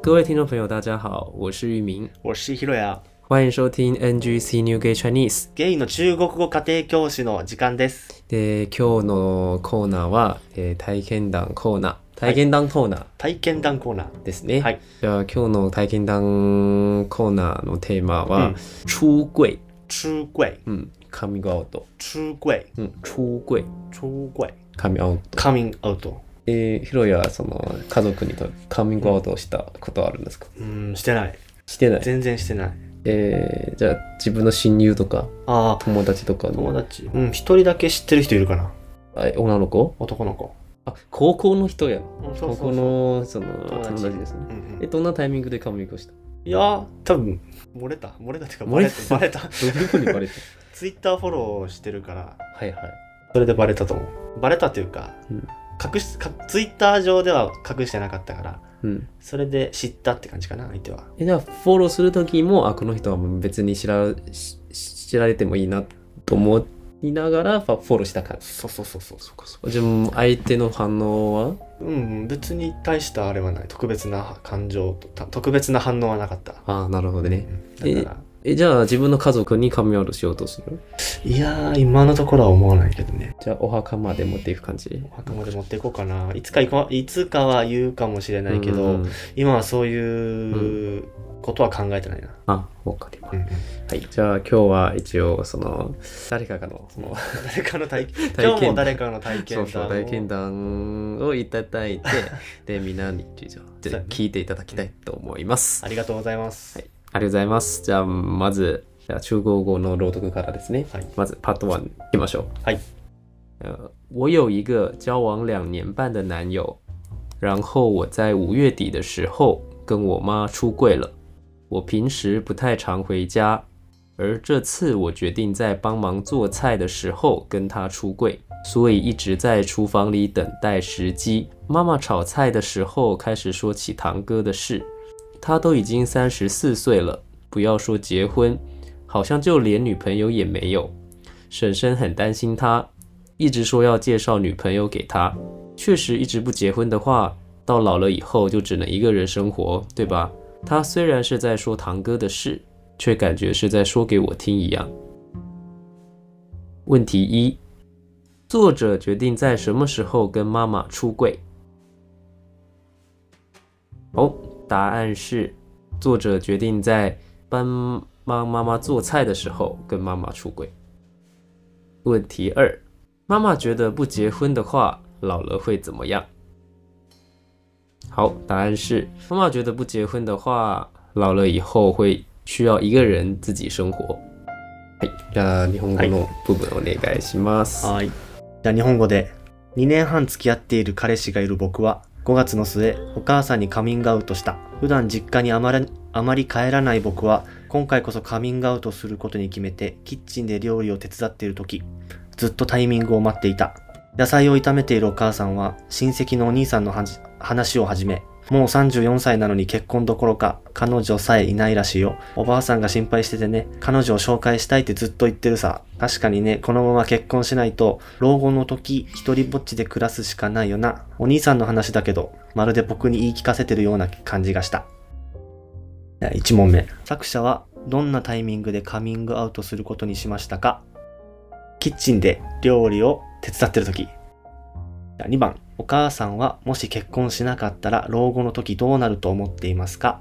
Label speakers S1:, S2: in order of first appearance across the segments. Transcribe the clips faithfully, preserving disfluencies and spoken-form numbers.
S1: 各位听众朋友，大家好，我是玉明，
S2: 我是ひろや。
S1: 欢迎收听 N G C New Gay Chinese。
S2: ゲイの中国語家庭教師の時間です。
S1: で、今日のコーナーは、えー、体験談コーナー、体験談コーナー、はい、
S2: 体験談コーナー
S1: ですね。
S2: はい。
S1: じゃあ今日の体験談コーナーのテーマは、うん、出櫃。
S2: 出櫃。
S1: うん、カミングアウト。
S2: 出櫃。
S1: うん、出櫃。
S2: 出櫃。
S1: カミングアウト。
S2: カミングアウト。
S1: えー、ひろやその家族にとカミングアウトしたことはあるんですか？
S2: うん、してない。
S1: してない。
S2: 全然してない。
S1: えー、じゃあ自分の親友とか
S2: あ
S1: 友達とかの
S2: 友達うん一人だけ知ってる人いるかな。
S1: あ女の子
S2: 男の子。
S1: あ高校の人や、
S2: うん、そうそうそう
S1: 高校のその友達
S2: 友達
S1: ですね、
S2: うんうん、
S1: えどんなタイミングでカミングをした？
S2: いやー多分漏れた漏れたっていうかバレたバレたど
S1: ういうふうにバレた？
S2: ツイッターフォローしてるから
S1: はいはい
S2: それでバレたと思う。バレたというか、うん隠しかツイッター上では隠してなかったから、うん、それで知ったって感じかな相手は。
S1: えじゃあフォローする時もあこの人は別に知ら知られてもいいなと思いながらフォローした感じ。
S2: そうそうそうそうそうか
S1: そう。じゃあ相手の反応は？
S2: うん別に大したあれはない。特別な感情と特別な反応はなかった。
S1: ああなるほどね、うん、だからええじゃあ自分の家族にカミングアウトしようとする？
S2: いやー今のところは思わないけどね。
S1: じゃあお墓まで持っていく感じ？
S2: お墓まで持っていこうかな。いつかいこいつかは言うかもしれないけど、うん、今はそういうことは考えてないな。
S1: あ、わかります、うんうん、はい。じゃあ今日は一応その誰かのその
S2: 誰かの体験今日も誰かの体験談を
S1: そうそう体験談をいただいてでみんなにじゃあ聞いていただきたいと思います。
S2: ありがとうございます。
S1: はい。ありがとうございます。じゃあまずじゃあ中国語の朗読からですね。はい、まずパートワンいきましょう。
S2: はい。
S1: 呃，我有一个交往两年半的男友，然后我在五月底的时候跟我妈出柜了。我平时不太常回家，而这次我决定在帮忙做菜的时候跟她出柜，所以一直在厨房里等待时机。妈妈炒菜的时候开始说起堂哥的事，他都已经三十四岁了，不要说结婚。好像就连女朋友也没有，婶婶很担心他，一直说要介绍女朋友给他。确实一直不结婚的话，到老了以后就只能一个人生活，对吧？他虽然是在说堂哥的事，却感觉是在说给我听一样。问题一，作者决定在什么时候跟妈妈出柜？哦，答案是作者决定在帮帮妈妈做菜的时候跟妈妈出轨。问题二，妈妈觉得不结婚的话老了会怎么样？好，答案是妈妈觉得不结婚的话老了以后会需要一个人自己生活。はい、じゃあ日本語の部分お願いします。
S2: はい。じゃあ日本語でにねんはん付き合っている彼氏がいる僕はごがつの末お母さんにカミングアウトした。普段実家にあまりあまり帰らない僕は今回こそカミングアウトすることに決めてキッチンで料理を手伝っている時ずっとタイミングを待っていた。野菜を炒めているお母さんは親戚のお兄さんの話を始め、もうさんじゅうよんさいなのに結婚どころか彼女さえいないらしいよ。おばあさんが心配しててね、彼女を紹介したいってずっと言ってるさ。確かにね、このまま結婚しないと老後の時一人ぼっちで暮らすしかないよな。お兄さんの話だけどまるで僕に言い聞かせてるような感じがした。いち問目。作者はどんなタイミングでカミングアウトすることにしましたか？キッチンで料理を手伝ってる時。にばん。お母さんはもし結婚しなかったら老後の時どうなると思っていますか？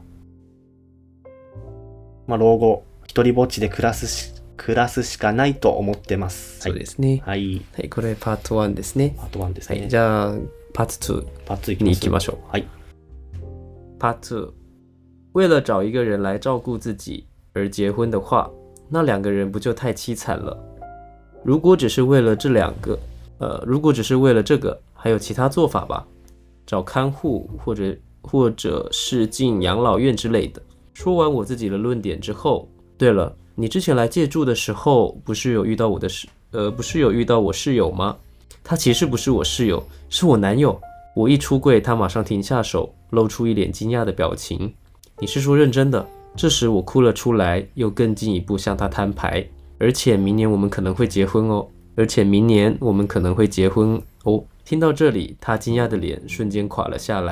S2: まあ老後一人ぼっちで暮らすし暮らすしかないと思ってます。
S1: そうですね。
S2: はい。
S1: はい、これパートワンですね。
S2: パートワンですね。
S1: はい、じゃあパートツー。
S2: パートツー
S1: に行きましょう。
S2: はい。
S1: パートツー。为了找一个人来照顾自己而结婚的话，那两个人不就太凄惨了？如果只是为了这两个，呃，如果只是为了这个，还有其他做法吧，找看护或者或者是进养老院之类的。说完我自己的论点之后，对了，你之前来借住的时候，不是有遇到我的室，呃，不是有遇到我室友吗？他其实不是我室友，是我男友。我一出柜，他马上停下手，露出一脸惊讶的表情。你是说认真的？这时我哭了出来，又更进一步向他摊牌，而且明年我们可能会结婚哦，而且明年我们可能会结婚哦。听到这里，他惊讶的脸瞬间垮了下来，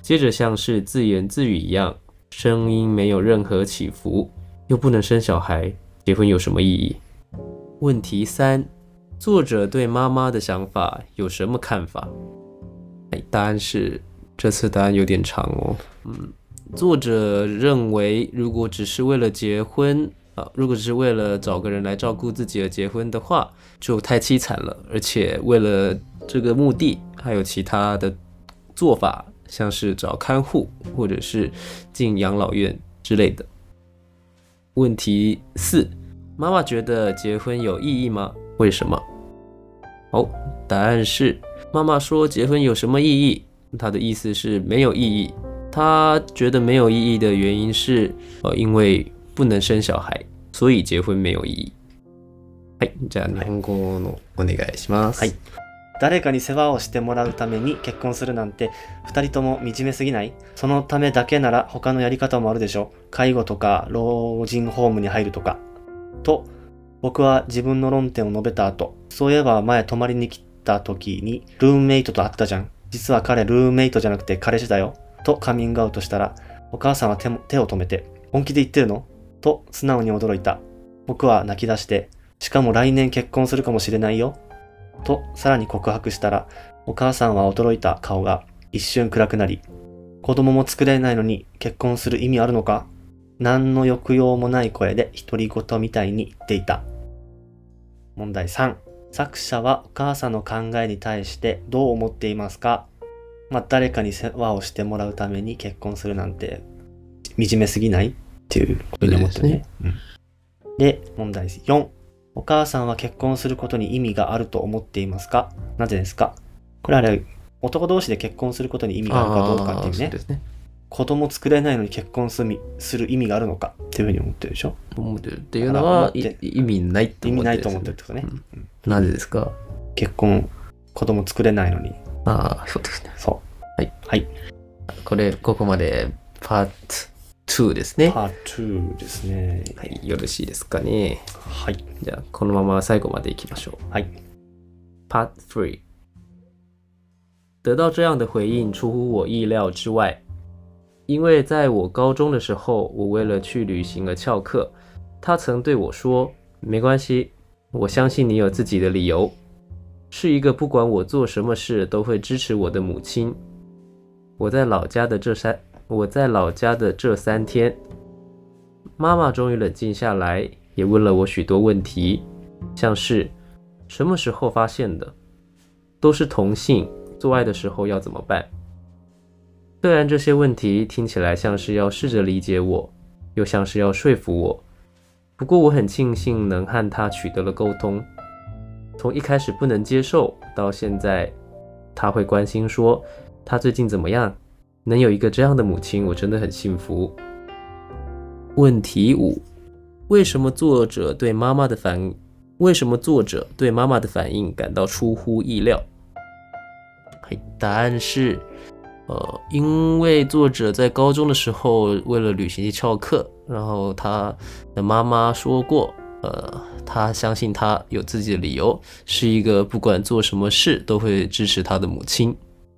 S1: 接着像是自言自语一样，声音没有任何起伏，又不能生小孩，结婚有什么意义？问题三，作者对妈妈的想法有什么看法？答案是，这次答案有点长哦。嗯，作者认为，如果只是为了结婚啊，如果只是为了找个人来照顾自己而结婚的话，就太凄惨了。而且为了这个目的，还有其他的做法，像是找看护或者是进养老院之类的。问题四，妈妈觉得结婚有意义吗？为什么？好，答案是，妈妈说结婚有什么意义？她的意思是没有意义。她觉得没有意义的原因是，呃，因为不能生小孩，所以結婚没有意義。はい、じゃあ日本語のお願いします。
S2: はい。誰かに世話をしてもらうために結婚するなんて二人とも惨めすぎない？そのためだけなら他のやり方もあるでしょ？介護とか老人ホームに入るとか。と、僕は自分の論点を述べた後、そういえば前泊まりに来た時にルームメイトと会ったじゃん。実は彼ルームメイトじゃなくて彼氏だよ。とカミングアウトしたら、お母さんは 手, 手を止めて、本気で言ってるの？と素直に驚いた。僕は泣き出して、しかも来年結婚するかもしれないよ。とさらに告白したら、お母さんは驚いた顔が一瞬暗くなり、子供も作れないのに結婚する意味あるのか？何の抑揚もない声で独り言みたいに言っていた。問題さん。作者はお母さんの考えに対してどう思っていますか？まあ、誰かに世話をしてもらうために結婚するなんて惨めすぎないっていうことに思ってね。うん、で、問題よん。お母さんは結婚することに意味があると思っていますか？なぜですか？これあれ、男同士で結婚することに意味があるかどうかっていうね。そうですね。子供作れないのに結婚する意味があるのかっていうふうに思ってるでしょ？
S1: 思ってるっていうのは意味ないって思ってる、ね、意味ないと思ってるってことね。うん、なぜですか？
S2: 結婚、子供作れないのに。
S1: ああ、そうですね。
S2: そう。はい。はい。
S1: これ、ここまでパートにですね。
S2: パートにですね。
S1: はい。よろしいですかね。
S2: はい。
S1: じゃあ、このまま最後までいきましょう。
S2: はい。
S1: パートさん。得到这样的回应出乎我意料之外。因为在我高中的时候，我为了去旅行而翘课，他曾对我说：“没关系，我相信你有自己的理由。”是一个不管我做什么事都会支持我的母亲。我在老家的这三，我在老家的这三天，妈妈终于冷静下来，也问了我许多问题，像是什么时候发现的，都是同性，做爱的时候要怎么办？虽然这些问题听起来像是要试着理解我，又像是要说服我，不过我很庆幸能和他取得了沟通。从一开始不能接受，到现在他会关心说他最近怎么样，能有一个这样的母亲，我真的很幸福。问题五，为什么作者对妈妈的反为什么作者对妈妈的反应感到出乎意料？答案是呃，因为作者在高中的时候为了旅行去翘课，然后他的妈妈说过，呃，他相信他有自己的理由，是一个不管做什么事都会支持他的母亲。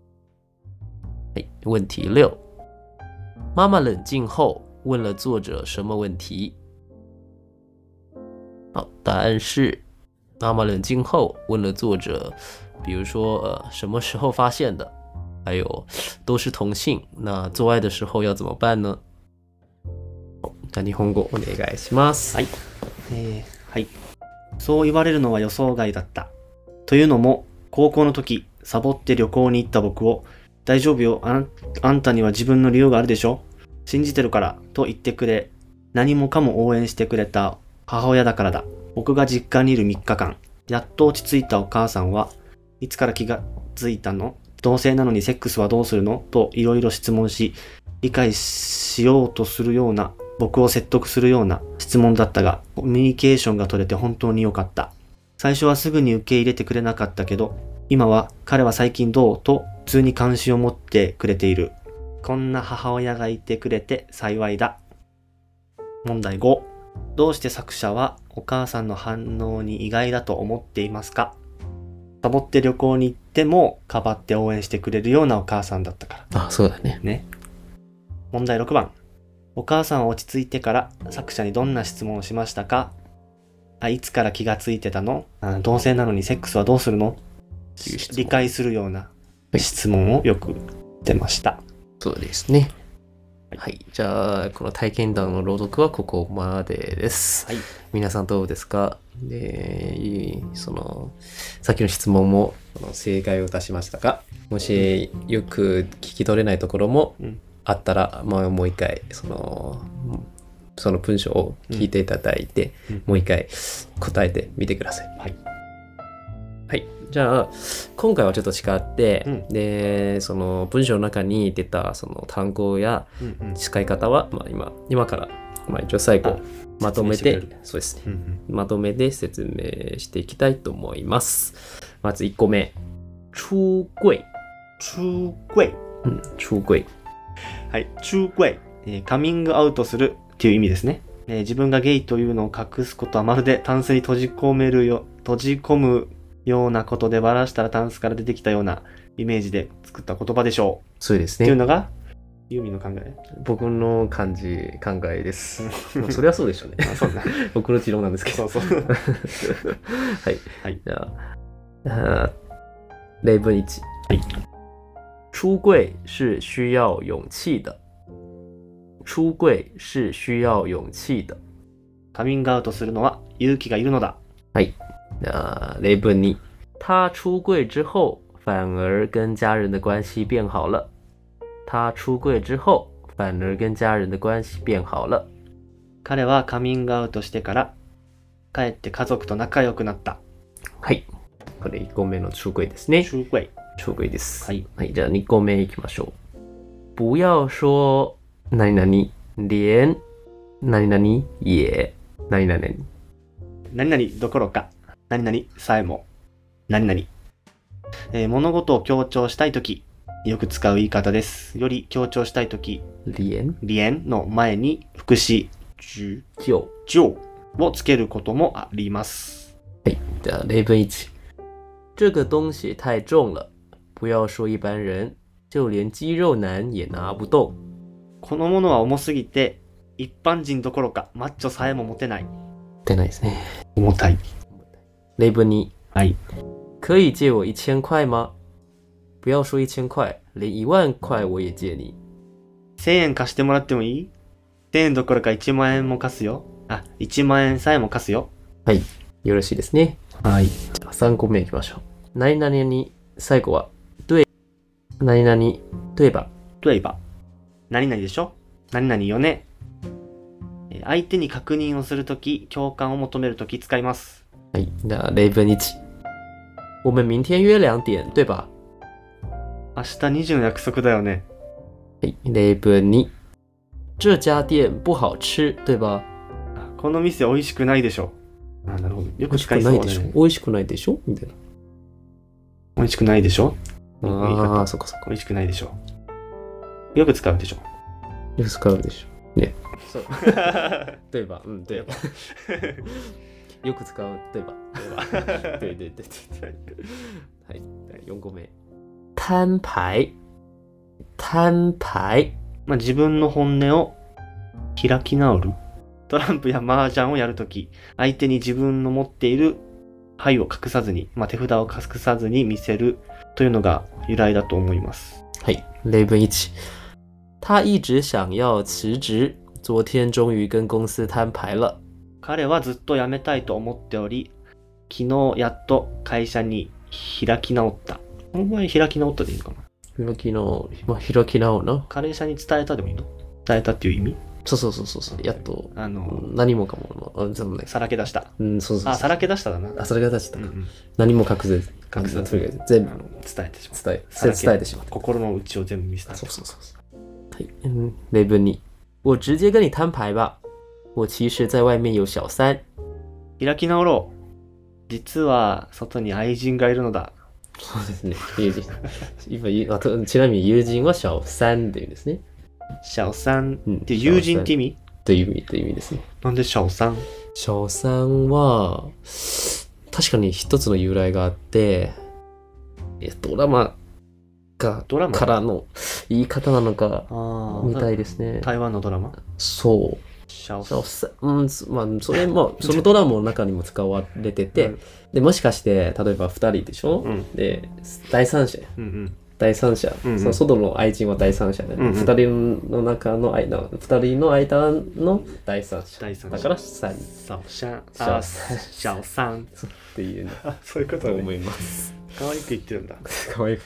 S1: 问题六，妈妈冷静后问了作者什么问题？好，答案是妈妈冷静后问了作者，比如说呃什么时候发现的，还有都是同性，那做愛的时候要怎么办呢？じゃあ日本語お願いします。
S2: はい、えー、はい。そう言われるのは予想外だった。というのも、高校の時、サボって旅行に行った僕を、大丈夫よ、あん、あんたには自分の理由があるでしょ？信じてるから、と言ってくれ、何もかも応援してくれた母親だからだ。僕が実家にいるみっかかん、やっと落ち着いたお母さんは、いつから気がついたの？同性なのにセックスはどうするの？といろいろ質問し、理解しようとするような、僕を説得するような質問だったが、コミュニケーションが取れて本当に良かった。最初はすぐに受け入れてくれなかったけど、今は彼は最近どう？と普通に関心を持ってくれている。こんな母親がいてくれて幸いだ。問題ご。どうして作者はお母さんの反応に意外だと思っていますか？ サボって旅行に行っても、かばって応援してくれるようなお母さんだったから。
S1: あ、そうだね。
S2: ね。問題ろくばん。お母さんは落ち着いてから作者にどんな質問をしましたか？あ、いつから気がついてたの？あ、同性なのにセックスはどうするの？理解するような質問をよく出ました。
S1: そうですね。はい。じゃあ、この体験談の朗読はここまでです。はい。皆さんどうですか？で、その、さっきの質問も正解を出しましたか？もしよく聞き取れないところもあったら、まあ、もう一回、その、その文章を聞いていただいて、うん、もう一回答えてみてください。はい。はい。じゃあ、今回はちょっと違って、うん、で、その文章の中に出たその単語や使い方は、うんうん、まあ今、今から、まあ一応最後、まとめて、そうですね、うんうん。まとめて説明していきたいと思います。まずいっこめ。出柜。
S2: 出柜。
S1: うん、出柜。
S2: はい、出柜。えー、カミングアウトするっていう意味ですね。えー、自分がゲイというのを隠すことはまるでタンスに閉じ込めるよ、閉じ込むようなことでバラしたらタンスから出てきたようなイメージで作った言葉でしょう。
S1: そうですね。
S2: っていうのがユーミンの考え。
S1: 僕の感じ考えです。それはそうでしょうね。
S2: あ、そうだ。
S1: 僕の持論なんですけど。
S2: そうそう。はい。
S1: はい。じゃあ、例文いち。
S2: はい。
S1: 出柜是需要勇气的。出柜是需要勇气的。
S2: カミングアウトするのは勇気がいるのだ。
S1: はい。呃，例文二，他出柜之后，反而跟家人的关系变好了。他出柜之后，反而跟家人的关系变好了。
S2: 彼はカミングアウトしてから、かえって家族と仲良くなった。
S1: はい。これいっこめの出柜ですね。
S2: 出柜。
S1: 出柜です。
S2: はい。
S1: はい。じゃあにこめいきましょう。不要说何々、連、何々、也、何々。
S2: 何々どころか。何々さえも何々、えー、物事を強調したいときよく使う言い方です。より強調したいとき
S1: 連
S2: 連の前に副詞
S1: 就
S2: 就をつけることもあります。
S1: はい。じゃあ例文いち。这个东西太重了，不要说一般人，就連肌肉男也拿不動。
S2: このものは重すぎて一般人どころかマッチョさえも持てない。持
S1: てないですね。
S2: 重たい。
S1: 例文二。
S2: はい。
S1: 可以借我一千块吗？不要说一千块，连一万块我也借你。
S2: 千円貸してもらってもいい？千円どころか一万円も貸すよ。あ、一万円さえも貸すよ。
S1: はい。よろしいですね。
S2: はい。
S1: じゃあさんこめいきましょう。何々に最後は对。何々对吧？
S2: 对吧？何々でしょ？何々よね。相手に確認をするとき、共感を求めるとき使います。
S1: はい。じゃあ例文いち。我们明天約两点、对吧？
S2: 明日にじの約束だよね。
S1: はい。例文に。这家店不好吃、对吧？
S2: この店美味しくないでしょ。あ、なるほど。よく使いそうだね。
S1: 美味しくないでしょみたいな。
S2: 美味しくないでしょ。
S1: ああ、そっかそっか。
S2: 美味しくないでしょ。よく使うでしょ。
S1: よく使うでしょ。ね。そう。对吧？うん、对吧。よく使う、对吧？对对对对。はい。よんこめ。摊牌。摊牌。
S2: まあ、自分の本音を開き直る。トランプや麻雀をやるとき、相手に自分の持っている牌を隠さずに、まあ、手札を隠さずに見せるというのが由来だと思います。
S1: はい。例文いち。他一直想要辞職。昨天終於跟公司攤牌了。
S2: 彼はずっと辞めたいと思っており、昨日やっと会社に開き直った。この場合開き直ったでいいのかな？
S1: 開き直る。まあ、開き直るな。
S2: 会社に伝えたでもいいの？伝えたっていう意味？
S1: そうそうそうそう。やっと、
S2: あの、
S1: 何もかも、あ、でもね、
S2: さらけ出した。
S1: うん、そうそうそう。
S2: あ、さらけ出しただな。
S1: あ、さらけ出した。
S2: うんうん、
S1: 何も隠せず。
S2: 隠せず。
S1: とりあえず全部
S2: 伝えてしまう。
S1: 伝え、伝えてしまう。
S2: 心の内を全部見せた。
S1: そうそうそうそう。はい。うん、例文に。我直接跟你摊牌吧。我其实在外面有小三。
S2: 開き直ろう。実は外に愛人がいるのだ。
S1: そうですね。友人。今あとちなみに友人は小三っていうんですね。
S2: 小三って友人って意味？
S1: という意味という意味ですね。
S2: なんで小三？
S1: 小三は確かに一つの由来があって、 えドラマが
S2: ドラマ
S1: からの言い方なのか
S2: あ
S1: みたいですね。
S2: 台湾のドラマ
S1: そう。
S2: シャオ
S1: そうさうんすまあ、それもそのドラマの中にも使われてて、
S2: うん
S1: でもしかして例えばふたりでしょ、
S2: うん
S1: で第三者
S2: うんうん
S1: 第三者、
S2: うんうん
S1: その外の愛人は第三者で、
S2: うんうん
S1: ふたりの中の間ふたりの間の第三者
S2: 第三者
S1: だからさんに
S2: シャオシャン
S1: シャオ
S2: あシャオさん
S1: っていうの
S2: あそういうことね
S1: と思います
S2: 可愛く言ってるんだ
S1: かわいく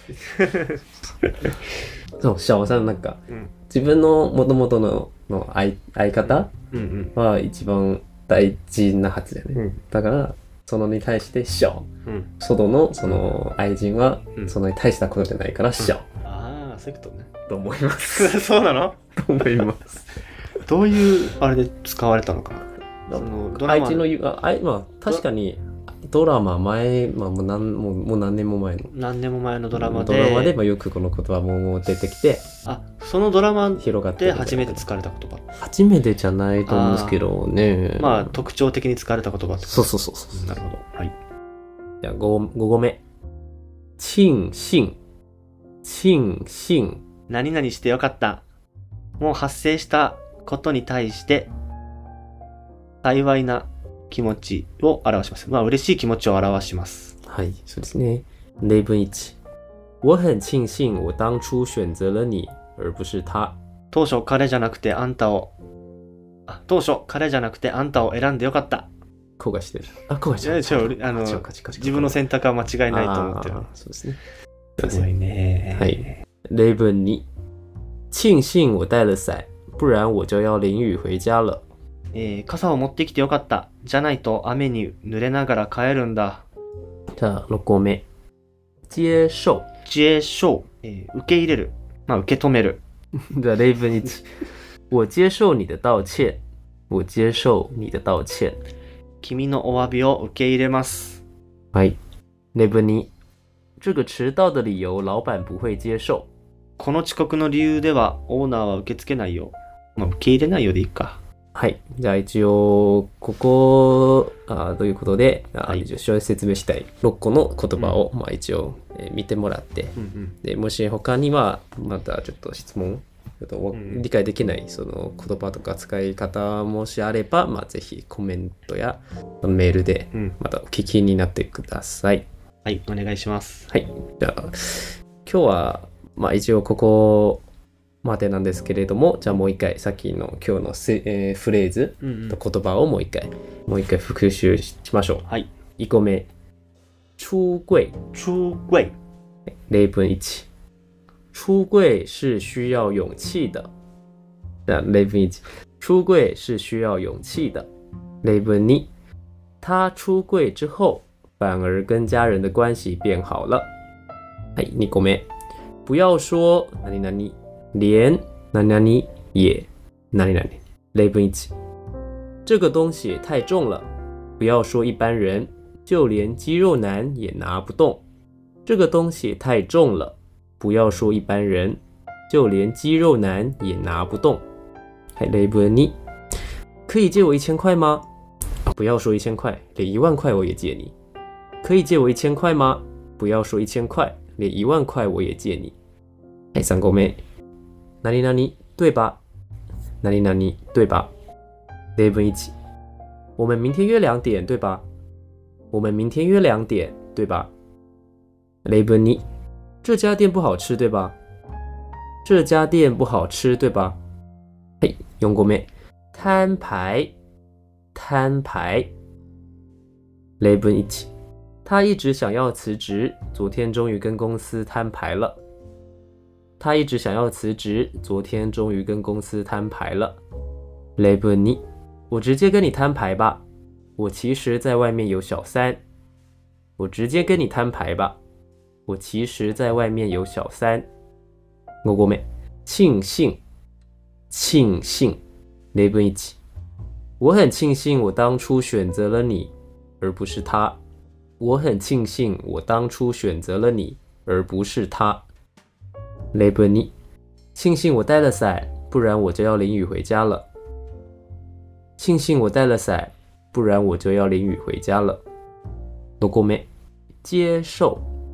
S1: そうシャオさんなんか
S2: うん
S1: 自分の元々のの相相方
S2: うん
S1: は一番大事なはずだよね、
S2: うん
S1: だからそのに対してシャオ
S2: うんうん
S1: 外のその愛人は
S2: うん
S1: そのに大したことじゃないからシャオ、
S2: ああそういうことね
S1: と思います
S2: そうなの
S1: と思います
S2: どういうあれで使われたのかなそのドラマ
S1: 愛知のゆああいまあ確かにドラマ前、まあ、もう何もうもう何年も前の
S2: 何年も前のドラマで
S1: ドラマで、まあ、よくこの言葉も出てきて
S2: あそのドラマ
S1: 広がってる
S2: で初めて使われた言葉
S1: 初めてじゃないと思うんですけどね
S2: まあ特徴的に使われた言葉って
S1: そうそうそうそう
S2: なるほどはい
S1: じゃあ 5, 5個目庆幸庆幸
S2: 何々してよかったもう発生したことに対して幸いな気持ちを表しますまあ嬉しい気持ちを表します
S1: はいそうですね例文いち我很庆幸我当初選择了你而不是他
S2: 当初彼じゃなくてあんたをあ当初彼じゃなくてあんたを選んでよかった
S1: 後悔してるあ後悔し
S2: いや違うあの
S1: 違うか違うか違う
S2: 自分の選択は間違いないと思ってる
S1: あーそうですね
S2: すごいね
S1: はい例文に庆幸我带了伞不然我就要淋雨回家了
S2: えー傘を持ってきてよかったじゃないと雨に濡れながら帰るんだ
S1: じゃあろっこめ接受
S2: 接受、えー受け入れるまあ受け止める
S1: じゃあ例文いち我接受你的道歉我接受你的道歉
S2: 君のお詫びを受け入れます
S1: はい例文に这个迟到的理由老板不会接受
S2: この遅刻の理由ではオーナーは受け付けないよまあ受け入れないよでいいか
S1: はいじゃあ一応ここあということで、
S2: はい
S1: あ一応説明したいろっこの言葉を、まあ、一応、えー見てもらって
S2: うんうん
S1: でもし他にはまたちょっと質問ちょっとわ
S2: うん
S1: 理解できないその言葉とか使い方もしあれば、まあ、ぜひコメントやメールで
S2: うん
S1: またお聞きになってください。
S2: はいお願いします
S1: はい。じゃあ今日は、まあ、一応ここまでなんですけれどもじゃあもう一回さっきの今日のせ、えーフレーズ
S2: うんうん
S1: と言葉をもう一回もう一回復習しましょう。
S2: はい
S1: いっこめ出柜
S2: 出柜
S1: 例文一出柜是需要勇气的。那例文一出柜是需要勇气的。例文二他出柜之后反而跟家人的关系变好了。はい、にこめ不要说何々连何々也何々。例文一这个东西太重了，不要说一般人，就连肌肉男也拿不动。这个东西太重了，不要说一般人，就连肌肉男也拿不动。还例文二，可以借我一千块吗？不要说一千块，连一万块我也借你。可以借我一千块吗？不要说一千块，连一万块我也借你。はい、三個目。何々对吧？何々对吧？例文一，我们明天约两点对吧？我们明天约两点对吧？例文二，这家店不好吃对吧？这家店不好吃对吧？はい、四個目。摊牌摊牌。例文一，他一直想要辞职，昨天终于跟公司摊牌了。他一直想要辞职，昨天终于跟公司摊牌了。例文二，我直接跟你摊牌吧，我其实在外面有小三。我直接跟你摊牌吧，我其实在外面有小三。五個目，庆幸庆幸。例文一，我很庆幸我当初选择了你，而不是他。我很庆幸我当初选择了你，而不是他。例文二，庆幸我带了伞，不然我就要淋雨回家了。庆幸我带了伞，不然我就要淋雨回家了。六個目，接受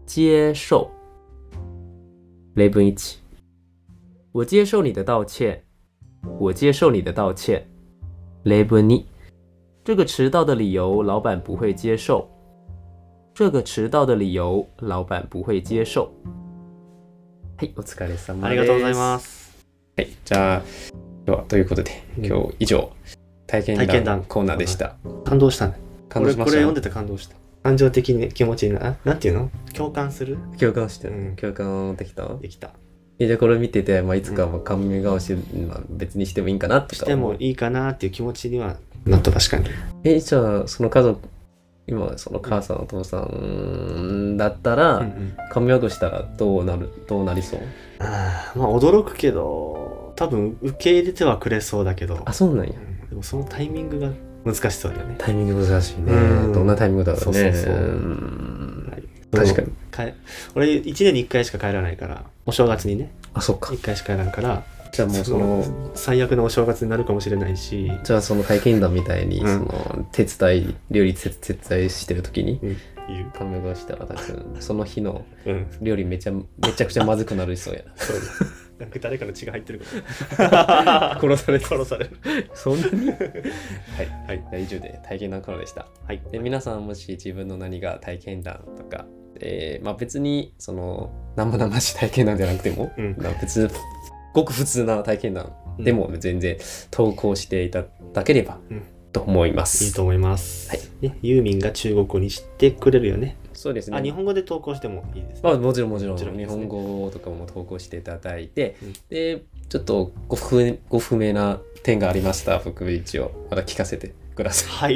S1: 接受。例文一，我接受你的道歉。我接受你的道歉。例文二，这个迟到的理由老板不会接受。这个迟到的理由老板不会接受。はい、お疲れ様です。
S2: ありがとうございます。
S1: はい、じゃあ今日はということで、今日以上体験
S2: 体験談
S1: 談コーナーでした。
S2: 感動したね。
S1: 感動しました。
S2: これこれ読んでて感動した。感情的に気持ちにな、なんていうの？共感する？
S1: 共感してる、
S2: うん
S1: 共感できた。
S2: できた。
S1: えじゃあこれ見てて、まあ、いつかまあカミングアウトし、まあ、別にしてもいいんかなとか
S2: してもいいかなっていう気持ちにはなった。確かに。
S1: えじゃあその家族今その母さんお父さんだったら、
S2: うんうん、
S1: カミングアウトしたらどうなるどうなりそう？
S2: あまあ驚くけど多分受け入れてはくれそうだけど、
S1: あそうなんや、
S2: うん、でもそのタイミングが難しそうだよね。
S1: タイミング難しいね、
S2: うん、
S1: どんなタイミングだろうね。
S2: そうそうそう、
S1: うん
S2: はい、
S1: 確かに
S2: か俺いちねんにいっかいしか帰らないから、お正月にね、
S1: あそっか
S2: いっかいしか帰らんから、
S1: じゃあもうその
S2: 最悪のお正月になるかもしれないし、
S1: じゃあその体験談みたいに、
S2: うん、
S1: その手伝い料理手手伝いしてる時に、
S2: うん、
S1: カミングアウトしたら多分その日の
S2: うん
S1: 料理めちゃめちゃくちゃまずくなるそうやな。
S2: そうなんか誰かの血が入ってるかも。
S1: 殺されて
S2: 殺される。
S1: そんなにはい、
S2: はい、
S1: 以上で体験談コーナーでした。
S2: はい、
S1: で皆さんもし自分の何が体験談とか、えーまあ、別にその生々しい体験談じゃなくても、
S2: うん
S1: まあ、別にごく普通な体験談でも全然投稿していただければと思います。
S2: いいと思います。
S1: はい
S2: ね、ユーミンが中国語にしてくれるよね。
S1: そうですね。
S2: あ、日本語で投稿してもいいですね。
S1: あ、もちろんもちろん、
S2: もちろんですね、
S1: 日本語とかも投稿していただいて、
S2: うん、
S1: でちょっとご不ご不明な点がありましたら僕一応また聞かせてください。
S2: はい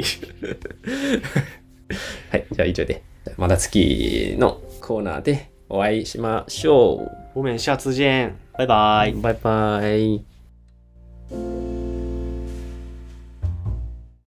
S1: はい、じゃあ以上でまた次のコーナーでお会いしましょう。
S2: 我们下次见。バイバイ。
S1: バイバイ。